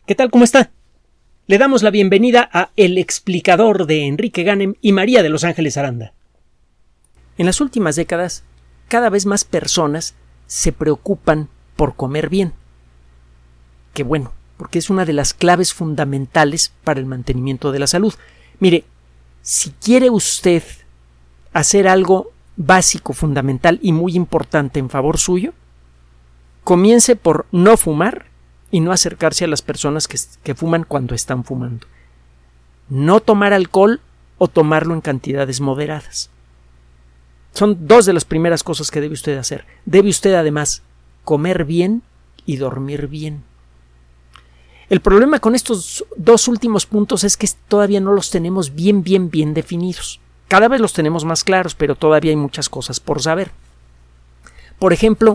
¿Qué tal? ¿Cómo está? Le damos la bienvenida a El Explicador de Enrique Ganem y María de Los Ángeles Aranda. En las últimas décadas, cada vez más personas se preocupan por comer bien. Qué bueno, porque es una de las claves fundamentales para el mantenimiento de la salud. Mire, si quiere usted hacer algo básico, fundamental y muy importante en favor suyo, comience por no fumar y no acercarse a las personas que fuman cuando están fumando. No tomar alcohol o tomarlo en cantidades moderadas. Son dos de las primeras cosas que debe usted hacer. Debe usted además comer bien y dormir bien. El problema con estos dos últimos puntos es que todavía no los tenemos bien definidos. Cada vez los tenemos más claros, pero todavía hay muchas cosas por saber. Por ejemplo,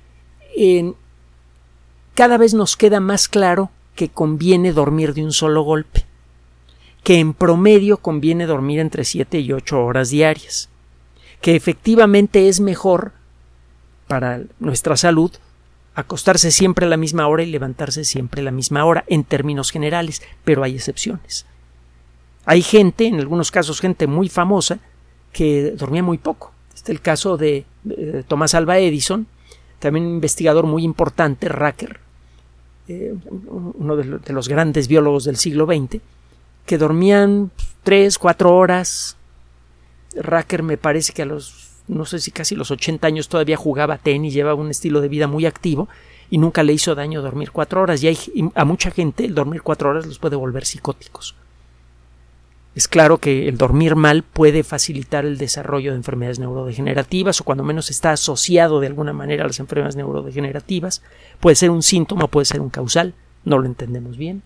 cada vez nos queda más claro que conviene dormir de un solo golpe, que en promedio conviene dormir entre 7 y 8 horas diarias, que efectivamente es mejor para nuestra salud acostarse siempre a la misma hora y levantarse siempre a la misma hora, en términos generales, pero hay excepciones. Hay gente, en algunos casos gente muy famosa, que dormía muy poco. Está el caso de Thomas Alva Edison, también un investigador muy importante, Racker, uno de los grandes biólogos del siglo XX, que dormían 3-4 horas. Racker me parece que no sé si casi los 80 años todavía jugaba tenis, llevaba un estilo de vida muy activo y nunca le hizo daño dormir 4 horas. Y a mucha gente el dormir 4 horas los puede volver psicóticos. Es claro que el dormir mal puede facilitar el desarrollo de enfermedades neurodegenerativas o cuando menos está asociado de alguna manera a las enfermedades neurodegenerativas. Puede ser un síntoma, puede ser un causal, no lo entendemos bien.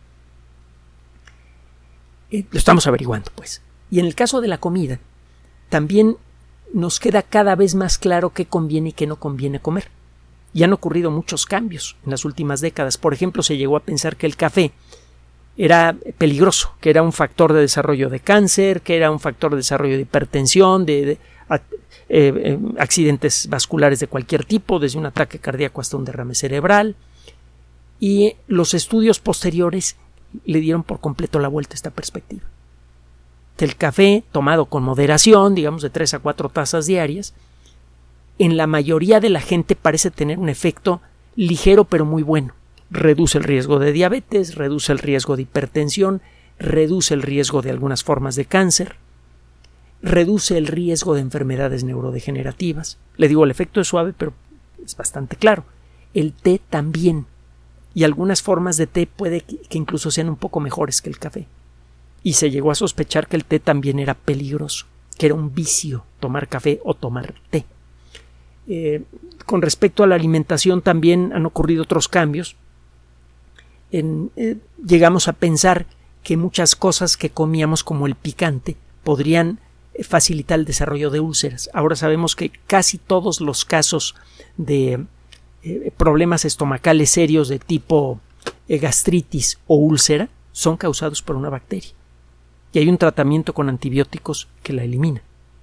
Lo estamos averiguando, pues. Y en el caso de la comida, también nos queda cada vez más claro qué conviene y qué no conviene comer. Y han ocurrido muchos cambios en las últimas décadas. Por ejemplo, se llegó a pensar que el café era peligroso, que era un factor de desarrollo de cáncer, que era un factor de desarrollo de hipertensión, de accidentes vasculares de cualquier tipo, desde un ataque cardíaco hasta un derrame cerebral. Y los estudios posteriores le dieron por completo la vuelta a esta perspectiva. El café, tomado con moderación, digamos de 3 a 4 tazas diarias, en la mayoría de la gente parece tener un efecto ligero pero muy bueno. Reduce el riesgo de diabetes, reduce el riesgo de hipertensión, reduce el riesgo de algunas formas de cáncer, reduce el riesgo de enfermedades neurodegenerativas. Le digo, el efecto es suave, pero es bastante claro. El té también. Y algunas formas de té puede que incluso sean un poco mejores que el café. Y se llegó a sospechar que el té también era peligroso, que era un vicio tomar café o tomar té. Con respecto a la alimentación también han ocurrido otros cambios. Llegamos a pensar que muchas cosas que comíamos como el picante podrían facilitar el desarrollo de úlceras. Ahora sabemos que casi todos los casos de problemas estomacales serios de tipo gastritis o úlcera son causados por una bacteria y hay un tratamiento con antibióticos que la elimina.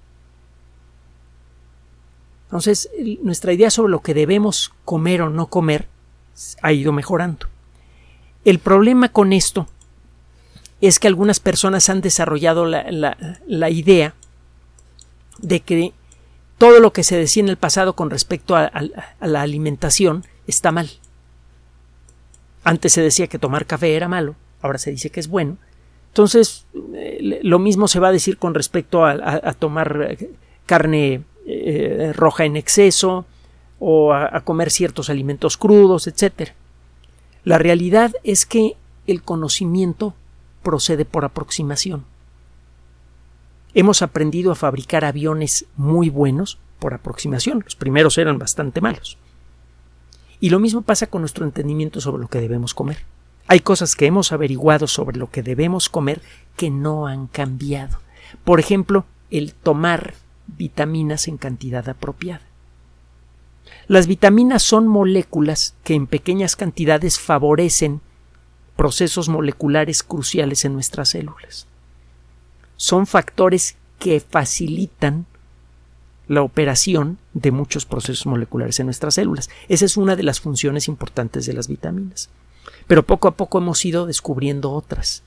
Entonces, nuestra idea sobre lo que debemos comer o no comer ha ido mejorando. El problema con esto es que algunas personas han desarrollado la idea de que todo lo que se decía en el pasado con respecto a la alimentación está mal. Antes se decía que tomar café era malo, ahora se dice que es bueno. Entonces, lo mismo se va a decir con respecto a tomar carne roja en exceso o a comer ciertos alimentos crudos, etcétera. La realidad es que el conocimiento procede por aproximación. Hemos aprendido a fabricar aviones muy buenos por aproximación. Los primeros eran bastante malos. Y lo mismo pasa con nuestro entendimiento sobre lo que debemos comer. Hay cosas que hemos averiguado sobre lo que debemos comer que no han cambiado. Por ejemplo, el tomar vitaminas en cantidad apropiada. Las vitaminas son moléculas que en pequeñas cantidades favorecen procesos moleculares cruciales en nuestras células. Son factores que facilitan la operación de muchos procesos moleculares en nuestras células. Esa es una de las funciones importantes de las vitaminas. pero poco a poco hemos ido descubriendo otras.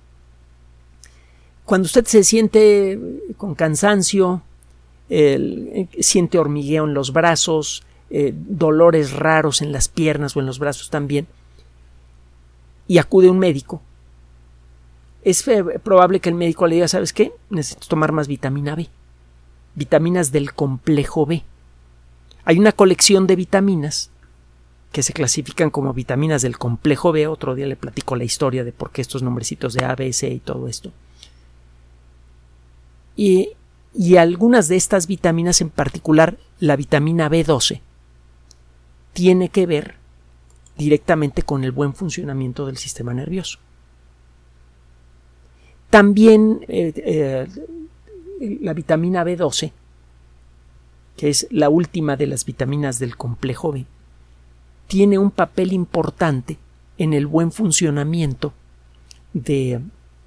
Cuando usted se siente con cansancio, siente hormigueo en los brazos, dolores raros en las piernas o en los brazos también, y acude a un médico, es probable que el médico le diga, ¿sabes qué? Necesitas tomar más vitamina B, vitaminas del complejo B. Hay una colección de vitaminas que se clasifican como vitaminas del complejo B. Otro día le platico la historia de por qué estos nombrecitos de A, B, C y todo esto. Y algunas de estas vitaminas, en particular la vitamina B12, tiene que ver directamente con el buen funcionamiento del sistema nervioso. También la vitamina B12, que es la última de las vitaminas del complejo B, tiene un papel importante en el buen funcionamiento del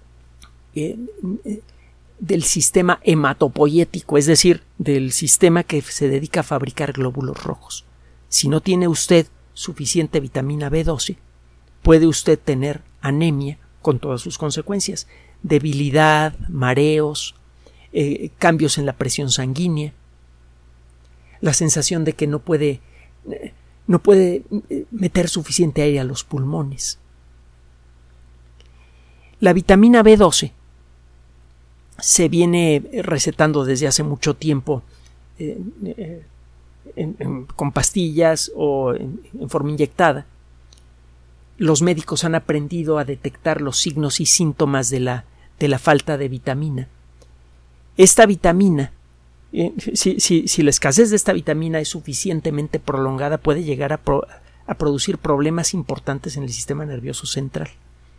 sistema hematopoyético, es decir, del sistema que se dedica a fabricar glóbulos rojos. Si no tiene usted suficiente vitamina B12, puede usted tener anemia con todas sus consecuencias, debilidad, mareos, cambios en la presión sanguínea, la sensación de que no puede meter suficiente aire a los pulmones. La vitamina B12 se viene recetando desde hace mucho tiempo con pastillas o en forma inyectada. Los médicos han aprendido a detectar los signos y síntomas de la falta de vitamina. Esta vitamina, si la escasez de esta vitamina es suficientemente prolongada, puede llegar a producir problemas importantes en el sistema nervioso central.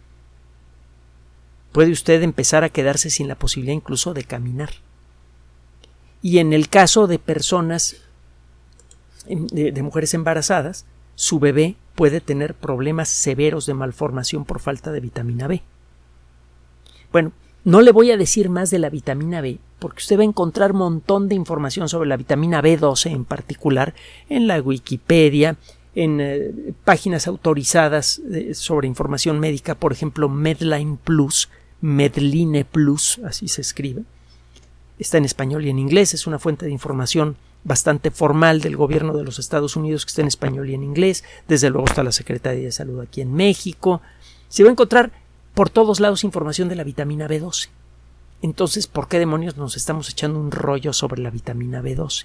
Puede usted empezar a quedarse sin la posibilidad incluso de caminar. Y en el caso de personas, de mujeres embarazadas, su bebé puede tener problemas severos de malformación por falta de vitamina B. Bueno, no le voy a decir más de la vitamina B, porque usted va a encontrar un montón de información sobre la vitamina B12 en particular en la Wikipedia, en páginas autorizadas sobre información médica, por ejemplo Medline Plus, Medline Plus, así se escribe. Está en español y en inglés, es una fuente de información bastante formal del gobierno de los Estados Unidos que está en español y en inglés. Desde luego está la Secretaría de Salud aquí en México. Se va a encontrar por todos lados información de la vitamina B12. Entonces, ¿por qué demonios nos estamos echando un rollo sobre la vitamina B12?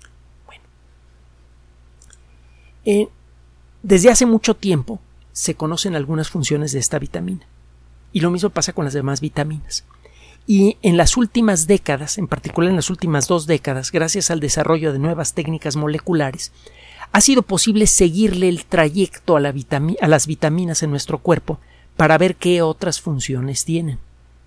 Bueno, desde hace mucho tiempo se conocen algunas funciones de esta vitamina. Y lo mismo pasa con las demás vitaminas. Y en las últimas décadas, en particular en las últimas 2 décadas, gracias al desarrollo de nuevas técnicas moleculares, ha sido posible seguirle el trayecto a las vitaminas en nuestro cuerpo para ver qué otras funciones tienen.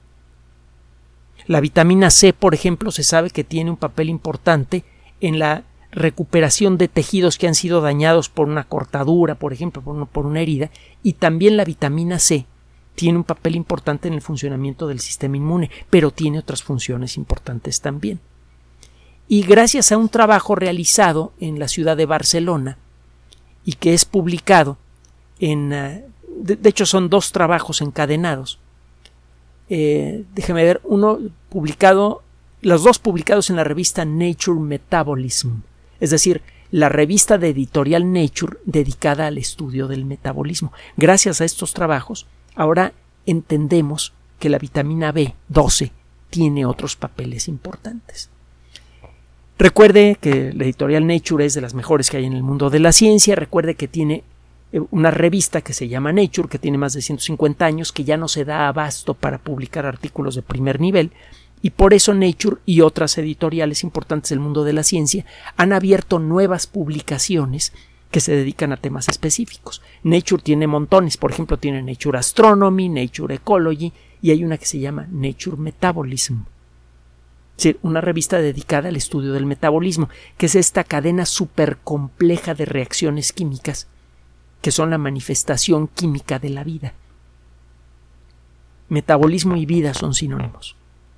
La vitamina C, por ejemplo, se sabe que tiene un papel importante en la recuperación de tejidos que han sido dañados por una cortadura, por ejemplo, por una herida, y también la vitamina C tiene un papel importante en el funcionamiento del sistema inmune, pero tiene otras funciones importantes también. Y gracias a un trabajo realizado en la ciudad de Barcelona y que es publicado de hecho son 2 trabajos encadenados. Déjeme ver, los 2 publicados en la revista Nature Metabolism, es decir, la revista de editorial Nature dedicada al estudio del metabolismo. Gracias a estos trabajos, ahora entendemos que la vitamina B12 tiene otros papeles importantes. Recuerde que la editorial Nature es de las mejores que hay en el mundo de la ciencia. Recuerde que tiene una revista que se llama Nature, que tiene más de 150 años, que ya no se da abasto para publicar artículos de primer nivel, y por eso Nature y otras editoriales importantes del mundo de la ciencia han abierto nuevas publicaciones que se dedican a temas específicos. Nature tiene montones, por ejemplo tiene Nature Astronomy, Nature Ecology, y hay una que se llama Nature Metabolism, es decir, una revista dedicada al estudio del metabolismo, que es esta cadena súper compleja de reacciones químicas que son la manifestación química de la vida. Metabolismo y vida son sinónimos.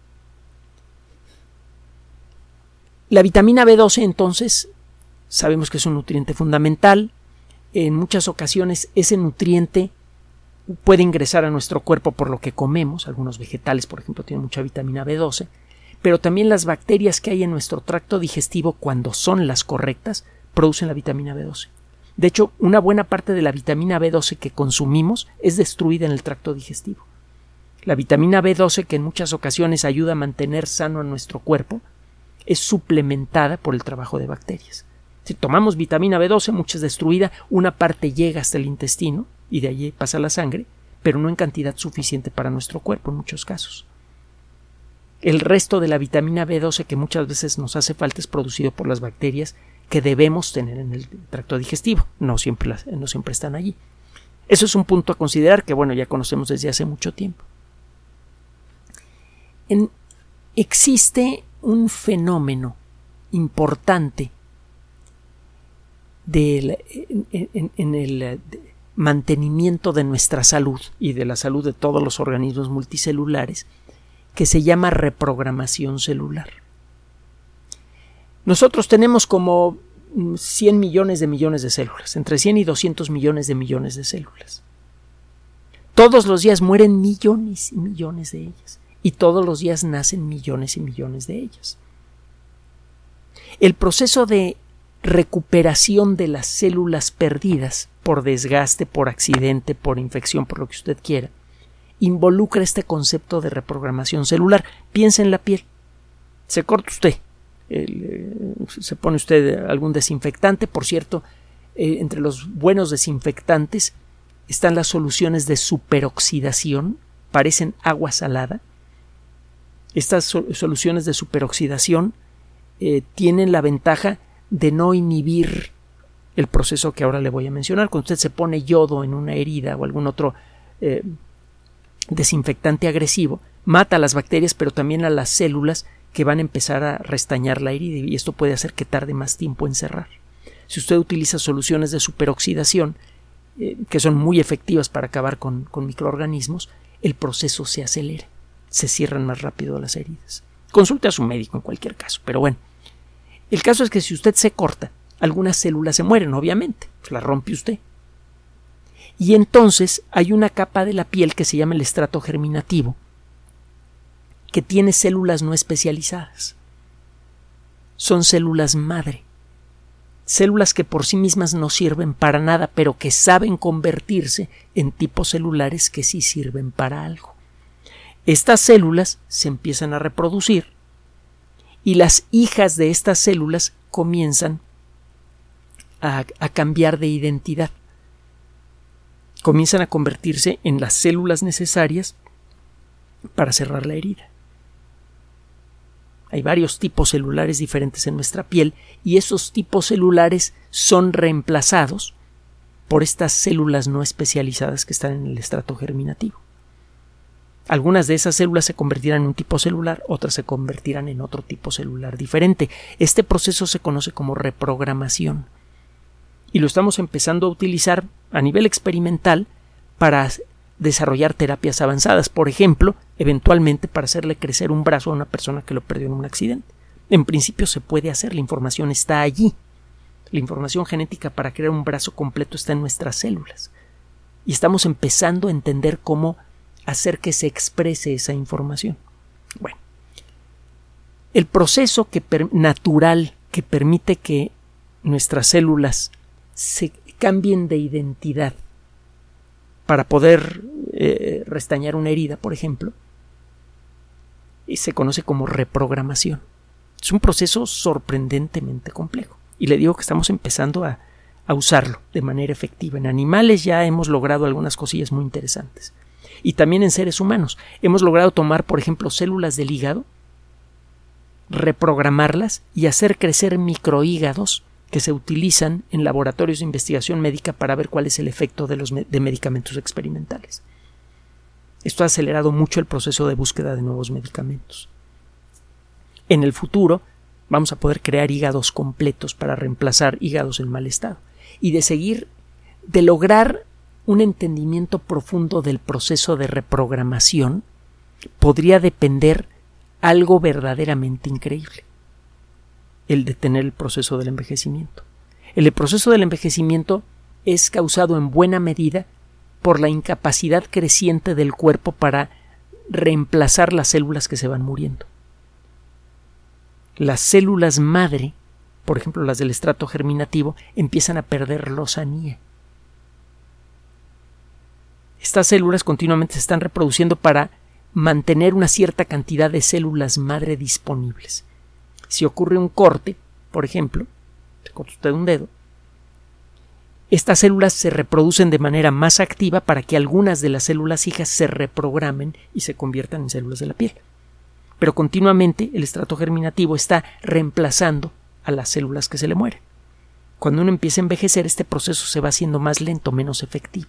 La vitamina B12, entonces, sabemos que es un nutriente fundamental. En muchas ocasiones ese nutriente puede ingresar a nuestro cuerpo por lo que comemos. Algunos vegetales, por ejemplo, tienen mucha vitamina B12, pero también las bacterias que hay en nuestro tracto digestivo, cuando son las correctas, producen la vitamina B12. De hecho, una buena parte de la vitamina B12 que consumimos es destruida en el tracto digestivo. La vitamina B12, que en muchas ocasiones ayuda a mantener sano a nuestro cuerpo, es suplementada por el trabajo de bacterias. Si tomamos vitamina B12, mucha es destruida, una parte llega hasta el intestino y de allí pasa a la sangre, pero no en cantidad suficiente para nuestro cuerpo en muchos casos. El resto de la vitamina B12 que muchas veces nos hace falta es producido por las bacterias que debemos tener en el tracto digestivo. No siempre están allí. Eso es un punto a considerar que, bueno, ya conocemos desde hace mucho tiempo. Existe un fenómeno importante en el mantenimiento de nuestra salud y de la salud de todos los organismos multicelulares que se llama reprogramación celular. Nosotros tenemos como 100 millones de células, entre 100 y 200 millones de células. Todos los días mueren millones y millones de ellas, y todos los días nacen millones y millones de ellas. El proceso de recuperación de las células perdidas por desgaste, por accidente, por infección, por lo que usted quiera, involucra este concepto de reprogramación celular. Piensa en la piel. Se corta usted, se pone usted algún desinfectante. Por cierto, entre los buenos desinfectantes están las soluciones de superoxidación, parecen agua salada. Estas soluciones de superoxidación tienen la ventaja de no inhibir el proceso que ahora le voy a mencionar. Cuando usted se pone yodo en una herida o algún otro desinfectante agresivo, mata a las bacterias, pero también a las células que van a empezar a restañar la herida, y esto puede hacer que tarde más tiempo en cerrar. Si usted utiliza soluciones de superoxidación, que son muy efectivas para acabar con microorganismos, el proceso se acelera, se cierran más rápido las heridas. Consulte a su médico en cualquier caso, pero bueno. El caso es que si usted se corta, algunas células se mueren, obviamente, pues las rompe usted. Y entonces hay una capa de la piel que se llama el estrato germinativo, que tiene células no especializadas. Son células madre. Células que por sí mismas no sirven para nada, pero que saben convertirse en tipos celulares que sí sirven para algo. Estas células se empiezan a reproducir y las hijas de estas células comienzan a cambiar de identidad. Comienzan a convertirse en las células necesarias para cerrar la herida. Hay varios tipos celulares diferentes en nuestra piel y esos tipos celulares son reemplazados por estas células no especializadas que están en el estrato germinativo. Algunas de esas células se convertirán en un tipo celular, otras se convertirán en otro tipo celular diferente. Este proceso se conoce como reprogramación y lo estamos empezando a utilizar a nivel experimental para desarrollar terapias avanzadas, por ejemplo, eventualmente para hacerle crecer un brazo a una persona que lo perdió en un accidente. En principio se puede hacer, la información está allí. La información genética para crear un brazo completo está en nuestras células. Y estamos empezando a entender cómo hacer que se exprese esa información. Bueno, el proceso natural que permite que nuestras células se cambien de identidad para poder restañar una herida, por ejemplo, se conoce como reprogramación. Es un proceso sorprendentemente complejo y le digo que estamos empezando a usarlo de manera efectiva. En animales ya hemos logrado algunas cosillas muy interesantes y también en seres humanos. Hemos logrado tomar, por ejemplo, células del hígado, reprogramarlas y hacer crecer microhígados que se utilizan en laboratorios de investigación médica para ver cuál es el efecto de medicamentos experimentales. Esto ha acelerado mucho el proceso de búsqueda de nuevos medicamentos. En el futuro vamos a poder crear hígados completos para reemplazar hígados en mal estado y de lograr un entendimiento profundo del proceso de reprogramación podría depender algo verdaderamente increíble: el detener el proceso del envejecimiento. El proceso del envejecimiento es causado en buena medida por la incapacidad creciente del cuerpo para reemplazar las células que se van muriendo. Las células madre, por ejemplo las del estrato germinativo, empiezan a perder lozanía. Estas células continuamente se están reproduciendo para mantener una cierta cantidad de células madre disponibles. Si ocurre un corte, por ejemplo, se corta usted un dedo, estas células se reproducen de manera más activa para que algunas de las células hijas se reprogramen y se conviertan en células de la piel. Pero continuamente el estrato germinativo está reemplazando a las células que se le mueren. Cuando uno empieza a envejecer, este proceso se va haciendo más lento, menos efectivo.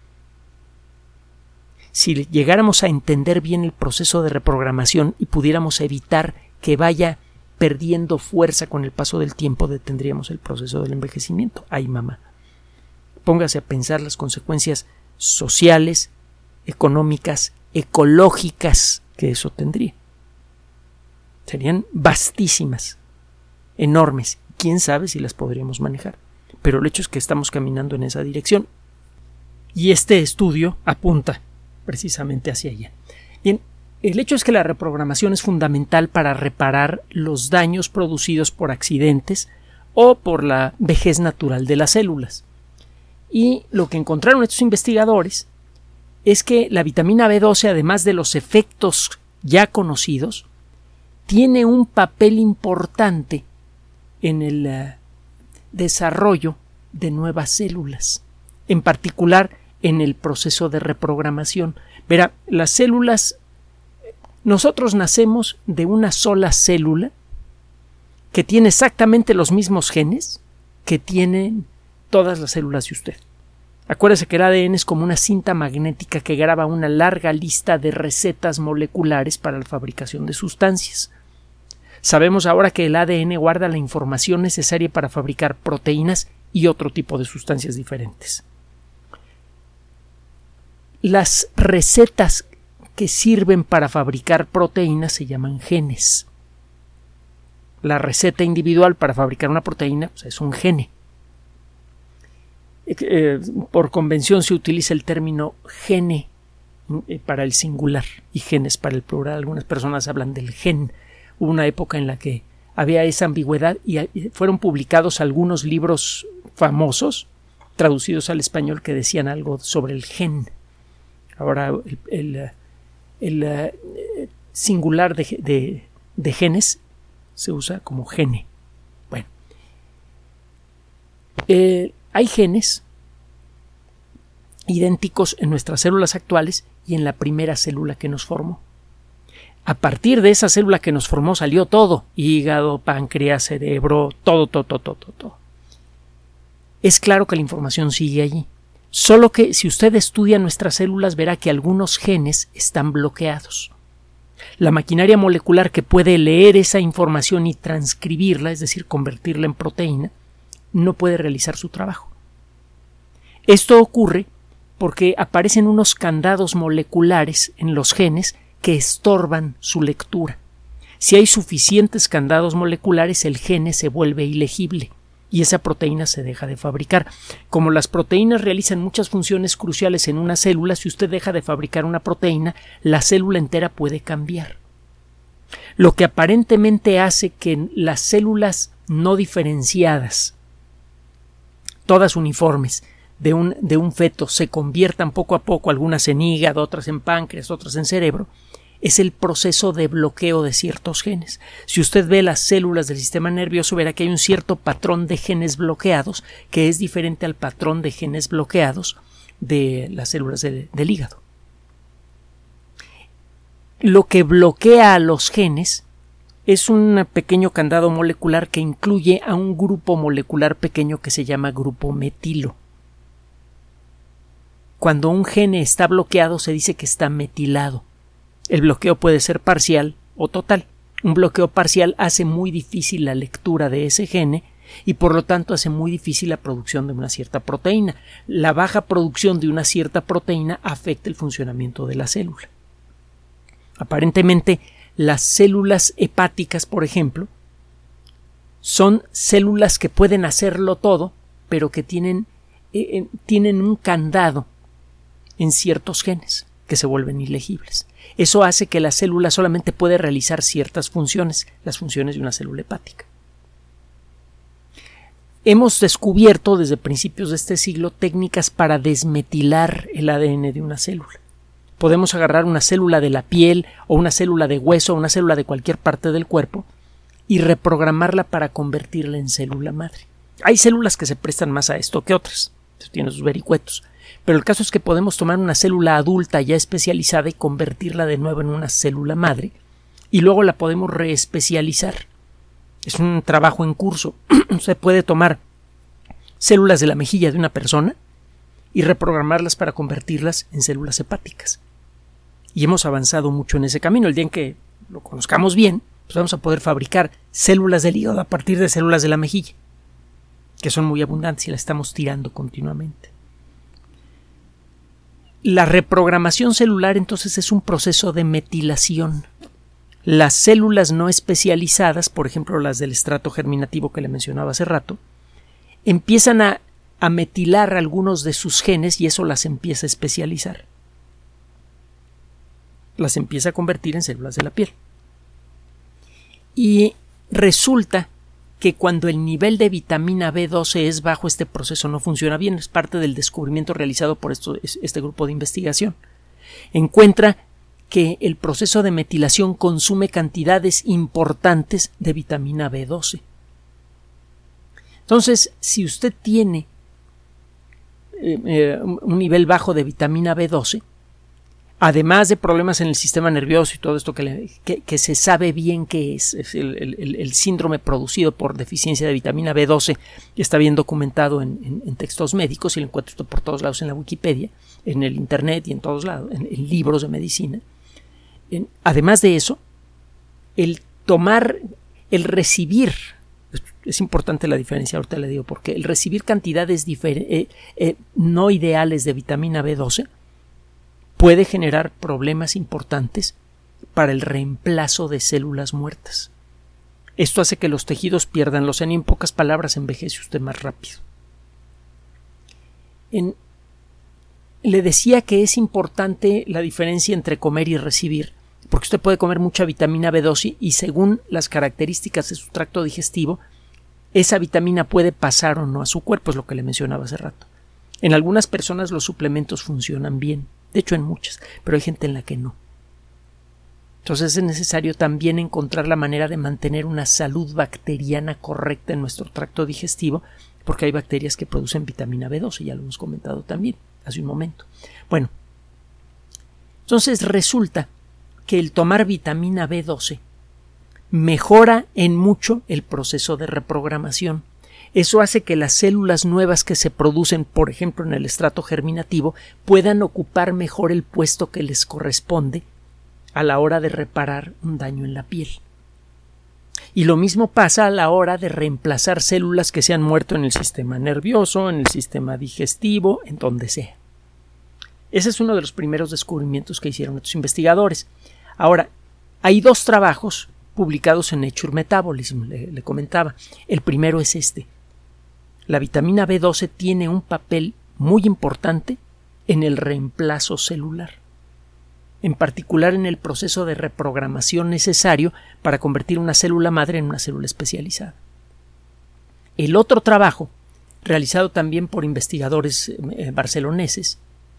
Si llegáramos a entender bien el proceso de reprogramación y pudiéramos evitar que vaya perdiendo fuerza con el paso del tiempo, detendríamos el proceso del envejecimiento. ¡Ay, mamá! Póngase a pensar las consecuencias sociales, económicas, ecológicas que eso tendría. Serían vastísimas, enormes. ¿Quién sabe si las podríamos manejar? Pero el hecho es que estamos caminando en esa dirección. Y este estudio apunta precisamente hacia allá. Bien, el hecho es que la reprogramación es fundamental para reparar los daños producidos por accidentes o por la vejez natural de las células. Y lo que encontraron estos investigadores es que la vitamina B12, además de los efectos ya conocidos, tiene un papel importante en el desarrollo de nuevas células, en particular en el proceso de reprogramación. Verá, las células, nosotros nacemos de una sola célula que tiene exactamente los mismos genes que tienen todas las células de usted. Acuérdese que el ADN es como una cinta magnética que graba una larga lista de recetas moleculares para la fabricación de sustancias. Sabemos ahora que el ADN guarda la información necesaria para fabricar proteínas y otro tipo de sustancias diferentes. Las recetas que sirven para fabricar proteínas se llaman genes. La receta individual para fabricar una proteína es un gene. Por convención se utiliza el término gene para el singular y genes para el plural. Algunas personas hablan del gen. Hubo una época en la que había esa ambigüedad y fueron publicados algunos libros famosos traducidos al español que decían algo sobre el gen. Ahora el singular de genes se usa como gene. Bueno, hay genes idénticos en nuestras células actuales y en la primera célula que nos formó. A partir de esa célula que nos formó salió todo: hígado, páncreas, cerebro, todo. Es claro que la información sigue allí. Solo que si usted estudia nuestras células verá que algunos genes están bloqueados. La maquinaria molecular que puede leer esa información y transcribirla, es decir, convertirla en proteína, no puede realizar su trabajo. Esto ocurre porque aparecen unos candados moleculares en los genes que estorban su lectura. Si hay suficientes candados moleculares, el gene se vuelve ilegible y esa proteína se deja de fabricar. Como las proteínas realizan muchas funciones cruciales en una célula, si usted deja de fabricar una proteína, la célula entera puede cambiar. Lo que aparentemente hace que las células no diferenciadas, todas uniformes, de un feto se conviertan poco a poco, algunas en hígado, otras en páncreas, otras en cerebro, es el proceso de bloqueo de ciertos genes. Si usted ve las células del sistema nervioso, verá que hay un cierto patrón de genes bloqueados que es diferente al patrón de genes bloqueados de las células del hígado. Lo que bloquea a los genes es un pequeño candado molecular que incluye a un grupo molecular pequeño que se llama grupo metilo. Cuando un gene está bloqueado se dice que está metilado. El bloqueo puede ser parcial o total. Un bloqueo parcial hace muy difícil la lectura de ese gene y por lo tanto hace muy difícil la producción de una cierta proteína. La baja producción de una cierta proteína afecta el funcionamiento de la célula. Aparentemente, las células hepáticas, por ejemplo, son células que pueden hacerlo todo, pero que tienen un candado en ciertos genes que se vuelven ilegibles. Eso hace que la célula solamente puede realizar ciertas funciones, las funciones de una célula hepática. Hemos descubierto desde principios de este siglo técnicas para desmetilar el ADN de una célula. Podemos agarrar una célula de la piel o una célula de hueso o una célula de cualquier parte del cuerpo y reprogramarla para convertirla en célula madre. Hay células que se prestan más a esto que otras. Eso tiene sus vericuetos. Pero el caso es que podemos tomar una célula adulta ya especializada y convertirla de nuevo en una célula madre y luego la podemos reespecializar. Es un trabajo en curso. Se puede tomar células de la mejilla de una persona y reprogramarlas para convertirlas en células hepáticas. Y hemos avanzado mucho en ese camino. El día en que lo conozcamos bien, pues vamos a poder fabricar células del hígado a partir de células de la mejilla, que son muy abundantes y las estamos tirando continuamente. La reprogramación celular entonces es un proceso de metilación. Las células no especializadas, por ejemplo las del estrato germinativo que le mencionaba hace rato, empiezan a metilar algunos de sus genes y eso las empieza a especializar. Las empieza a convertir en células de la piel. Y resulta que cuando el nivel de vitamina B12 es bajo, este proceso no funciona bien. Es parte del descubrimiento realizado por este grupo de investigación. Encuentra que el proceso de metilación consume cantidades importantes de vitamina B12. Entonces, si usted tiene un nivel bajo de vitamina B12, además de problemas en el sistema nervioso y todo esto que se sabe bien que es el síndrome producido por deficiencia de vitamina B12, está bien documentado en textos médicos y lo encuentro esto por todos lados en la Wikipedia, en el internet y en todos lados, en libros de medicina. Además de eso, el recibir, es importante la diferencia, ahorita le digo por qué, el recibir cantidades no ideales de vitamina B12 puede generar problemas importantes para el reemplazo de células muertas. Esto hace que los tejidos pierdan los en pocas palabras, envejece usted más rápido. Le decía que es importante la diferencia entre comer y recibir, porque usted puede comer mucha vitamina B12 y según las características de su tracto digestivo, esa vitamina puede pasar o no a su cuerpo, es lo que le mencionaba hace rato. En algunas personas los suplementos funcionan bien, de hecho en muchas, pero hay gente en la que no. Entonces es necesario también encontrar la manera de mantener una salud bacteriana correcta en nuestro tracto digestivo, porque hay bacterias que producen vitamina B12, ya lo hemos comentado también hace un momento. Bueno, entonces resulta que el tomar vitamina B12 mejora en mucho el proceso de reprogramación. Eso hace que las células nuevas que se producen, por ejemplo, en el estrato germinativo, puedan ocupar mejor el puesto que les corresponde a la hora de reparar un daño en la piel. Y lo mismo pasa a la hora de reemplazar células que se han muerto en el sistema nervioso, en el sistema digestivo, en donde sea. Ese es uno de los primeros descubrimientos que hicieron estos investigadores. Ahora, hay dos trabajos publicados en Nature Metabolism, le comentaba. El primero es este. La vitamina B12 tiene un papel muy importante en el reemplazo celular, en particular en el proceso de reprogramación necesario para convertir una célula madre en una célula especializada. El otro trabajo, realizado también por investigadores barceloneses,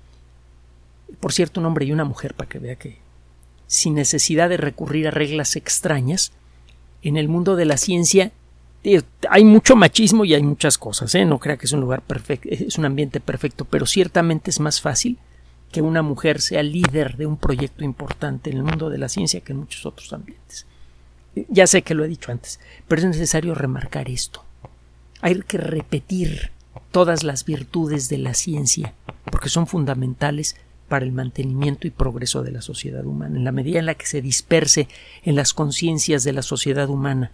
por cierto, un hombre y una mujer, para que vea que sin necesidad de recurrir a reglas extrañas, en el mundo de la ciencia hay mucho machismo y hay muchas cosas, no crea que es un lugar perfecto, es un ambiente perfecto, pero ciertamente es más fácil que una mujer sea líder de un proyecto importante en el mundo de la ciencia que en muchos otros ambientes. Ya sé que lo he dicho antes, pero es necesario remarcar esto. Hay que repetir todas las virtudes de la ciencia, porque son fundamentales para el mantenimiento y progreso de la sociedad humana. En la medida en la que se disperse en las conciencias de la sociedad humana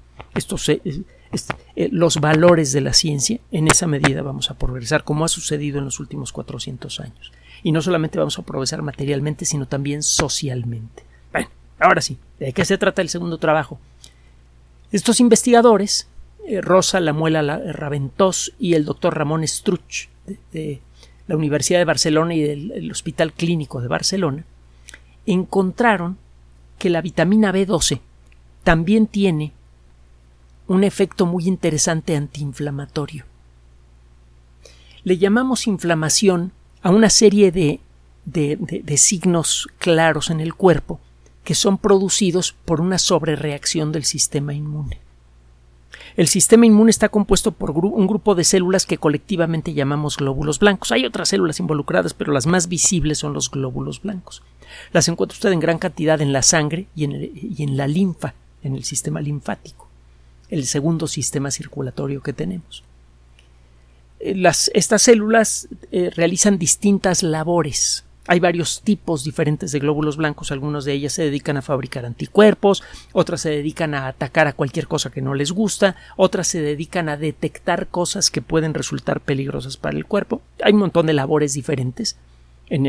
los valores de la ciencia, en esa medida vamos a progresar, como ha sucedido en los últimos 400 años. Y no solamente vamos a progresar materialmente, sino también socialmente. Bueno, ahora sí, ¿de qué se trata el segundo trabajo? Estos investigadores, Rosa Lamuela Raventós y el doctor Ramón Struch de la Universidad de Barcelona y el Hospital Clínico de Barcelona, encontraron que la vitamina B12 también tiene un efecto muy interesante antiinflamatorio. Le llamamos inflamación a una serie de signos claros en el cuerpo que son producidos por una sobrereacción del sistema inmune. El sistema inmune está compuesto por un grupo de células que colectivamente llamamos glóbulos blancos. Hay otras células involucradas, pero las más visibles son los glóbulos blancos. Las encuentra usted en gran cantidad en la sangre y en la linfa, en el sistema linfático, el segundo sistema circulatorio que tenemos. Estas células realizan distintas labores. Hay varios tipos diferentes de glóbulos blancos. Algunos de ellas se dedican a fabricar anticuerpos, otras se dedican a atacar a cualquier cosa que no les gusta, otras se dedican a detectar cosas que pueden resultar peligrosas para el cuerpo. Hay un montón de labores diferentes en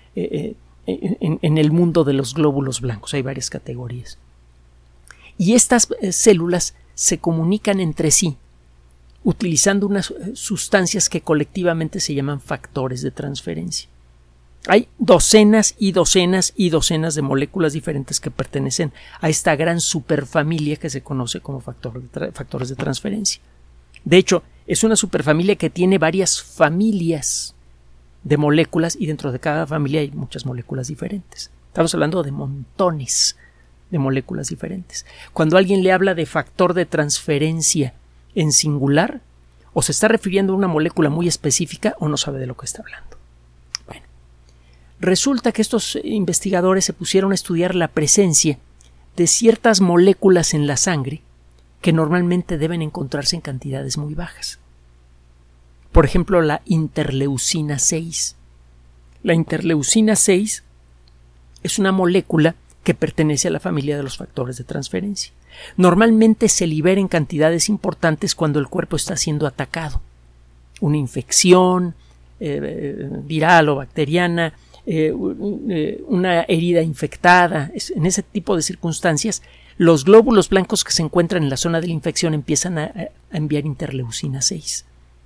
el mundo de los glóbulos blancos. Hay varias categorías. Y estas células se comunican entre sí utilizando unas sustancias que colectivamente se llaman factores de transferencia. Hay docenas y docenas y docenas de moléculas diferentes que pertenecen a esta gran superfamilia que se conoce como factores de transferencia. De hecho, es una superfamilia que tiene varias familias de moléculas y dentro de cada familia hay muchas moléculas diferentes. Estamos hablando de montones de moléculas diferentes. Cuando alguien le habla de factor de transferencia en singular, o se está refiriendo a una molécula muy específica o no sabe de lo que está hablando. Bueno, resulta que estos investigadores se pusieron a estudiar la presencia de ciertas moléculas en la sangre que normalmente deben encontrarse en cantidades muy bajas. Por ejemplo, la interleucina 6. La interleucina 6 es una molécula que pertenece a la familia de los factores de transferencia. Normalmente se libera en cantidades importantes cuando el cuerpo está siendo atacado. Una infección viral o bacteriana, una herida infectada. En ese tipo de circunstancias, los glóbulos blancos que se encuentran en la zona de la infección empiezan a enviar interleucina 6.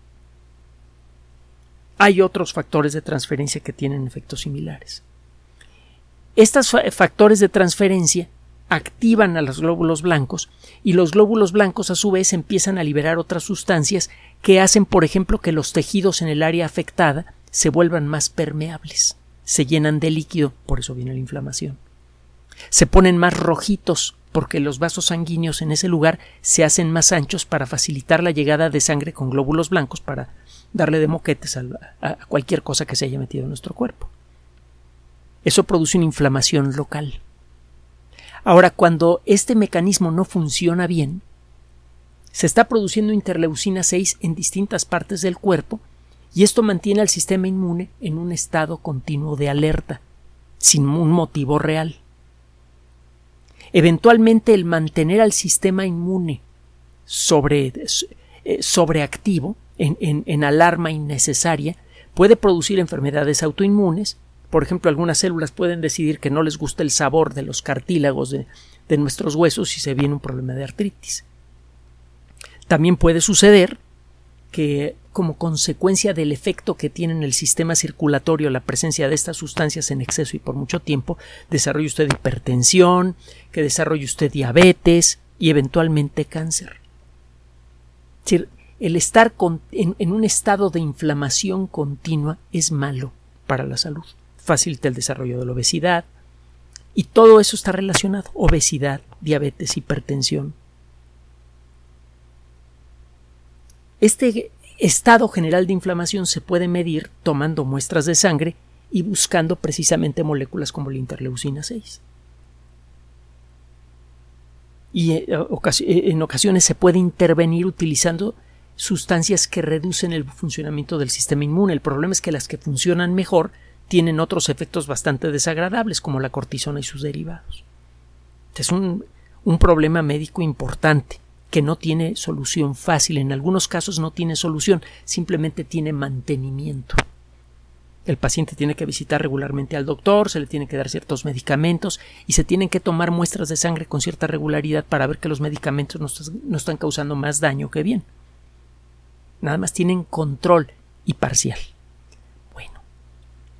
Hay otros factores de transferencia que tienen efectos similares. Estos factores de transferencia activan a los glóbulos blancos y los glóbulos blancos a su vez empiezan a liberar otras sustancias que hacen, por ejemplo, que los tejidos en el área afectada se vuelvan más permeables, se llenan de líquido, por eso viene la inflamación. Se ponen más rojitos porque los vasos sanguíneos en ese lugar se hacen más anchos para facilitar la llegada de sangre con glóbulos blancos para darle de moquetes a cualquier cosa que se haya metido en nuestro cuerpo. Eso produce una inflamación local. Ahora, cuando este mecanismo no funciona bien, se está produciendo interleucina 6 en distintas partes del cuerpo y esto mantiene al sistema inmune en un estado continuo de alerta, sin un motivo real. Eventualmente, el mantener al sistema inmune sobreactivo, en alarma innecesaria, puede producir enfermedades autoinmunes. Por ejemplo, algunas células pueden decidir que no les gusta el sabor de los cartílagos de nuestros huesos y se viene un problema de artritis. También puede suceder que, como consecuencia del efecto que tiene en el sistema circulatorio la presencia de estas sustancias en exceso y por mucho tiempo, desarrolle usted hipertensión, que desarrolle usted diabetes y eventualmente cáncer. Es decir, el estar en un estado de inflamación continua es malo para la salud. Facilita el desarrollo de la obesidad y todo eso está relacionado. Obesidad, diabetes, hipertensión. Este estado general de inflamación se puede medir tomando muestras de sangre y buscando precisamente moléculas como la interleucina 6. Y en ocasiones se puede intervenir utilizando sustancias que reducen el funcionamiento del sistema inmune. El problema es que las que funcionan mejor tienen otros efectos bastante desagradables, como la cortisona y sus derivados. Es un problema médico importante que no tiene solución fácil. En algunos casos no tiene solución, simplemente tiene mantenimiento. El paciente tiene que visitar regularmente al doctor, se le tiene que dar ciertos medicamentos y se tienen que tomar muestras de sangre con cierta regularidad para ver que los medicamentos no están causando más daño que bien. Nada más tienen control y parcial. Bueno,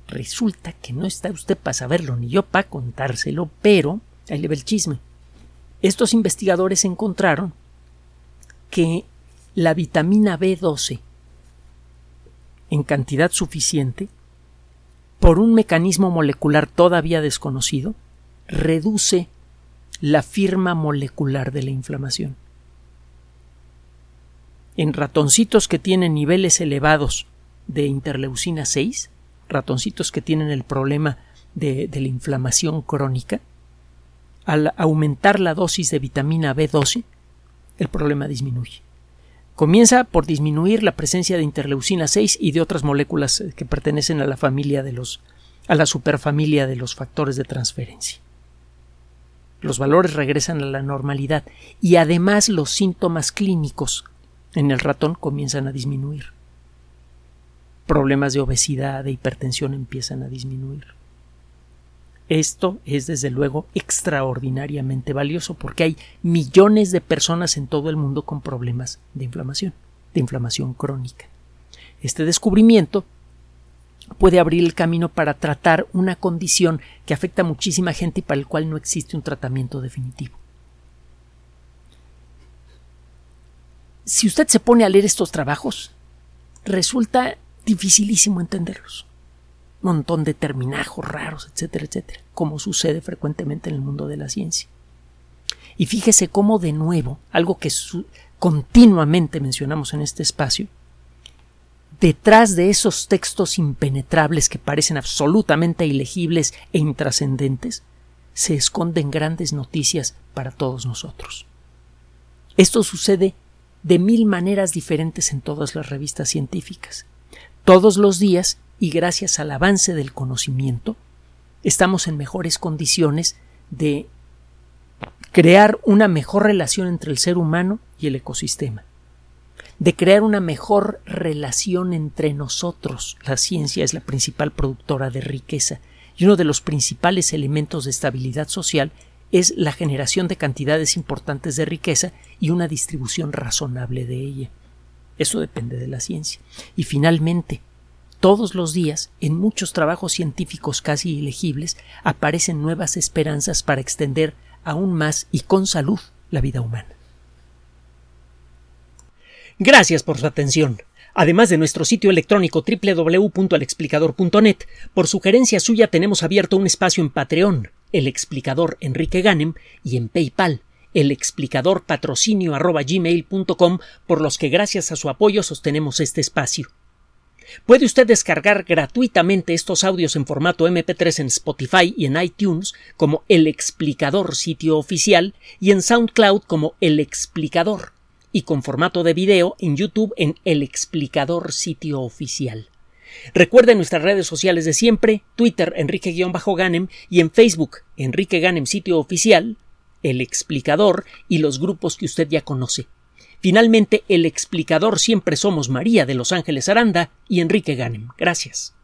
Resulta que no está usted para saberlo ni yo para contárselo, pero ahí le ve el chisme. Estos investigadores encontraron que la vitamina B12 en cantidad suficiente, por un mecanismo molecular todavía desconocido, reduce la firma molecular de la inflamación. En ratoncitos que tienen niveles elevados de interleucina 6, ratoncitos que tienen el problema de la inflamación crónica, al aumentar la dosis de vitamina B12, el problema disminuye. Comienza por disminuir la presencia de interleucina 6 y de otras moléculas que pertenecen a la familia a la superfamilia de los factores de transferencia. Los valores regresan a la normalidad y además los síntomas clínicos en el ratón comienzan a disminuir. Problemas de obesidad, de hipertensión empiezan a disminuir. Esto es desde luego extraordinariamente valioso porque hay millones de personas en todo el mundo con problemas de inflamación crónica. Este descubrimiento puede abrir el camino para tratar una condición que afecta a muchísima gente y para el cual no existe un tratamiento definitivo. Si usted se pone a leer estos trabajos, resulta dificilísimo entenderlos. Un montón de terminajos raros, etcétera, etcétera, como sucede frecuentemente en el mundo de la ciencia. Y fíjese cómo, de nuevo, algo que continuamente mencionamos en este espacio, detrás de esos textos impenetrables que parecen absolutamente ilegibles e intrascendentes, se esconden grandes noticias para todos nosotros. Esto sucede de 1000 maneras diferentes en todas las revistas científicas. Todos los días, y gracias al avance del conocimiento, estamos en mejores condiciones de crear una mejor relación entre el ser humano y el ecosistema, de crear una mejor relación entre nosotros. La ciencia es la principal productora de riqueza y uno de los principales elementos de estabilidad social es la generación de cantidades importantes de riqueza y una distribución razonable de ella. Eso depende de la ciencia. Y finalmente, todos los días, en muchos trabajos científicos casi ilegibles, aparecen nuevas esperanzas para extender aún más y con salud la vida humana. Gracias por su atención. Además de nuestro sitio electrónico www.alexplicador.net, por sugerencia suya tenemos abierto un espacio en Patreon, El Explicador Enrique Ganem, y en PayPal, elexplicadorpatrocinio@gmail.com, por los que gracias a su apoyo sostenemos este espacio. Puede usted descargar gratuitamente estos audios en formato MP3 en Spotify y en iTunes como El Explicador sitio oficial y en SoundCloud como El Explicador, y con formato de video en YouTube en El Explicador sitio oficial. Recuerde nuestras redes sociales de siempre, Twitter Enrique-Ganem y en Facebook Enrique Ganem sitio oficial, El Explicador y los grupos que usted ya conoce. Finalmente, El Explicador siempre somos María de Los Ángeles Aranda y Enrique Ganem. Gracias.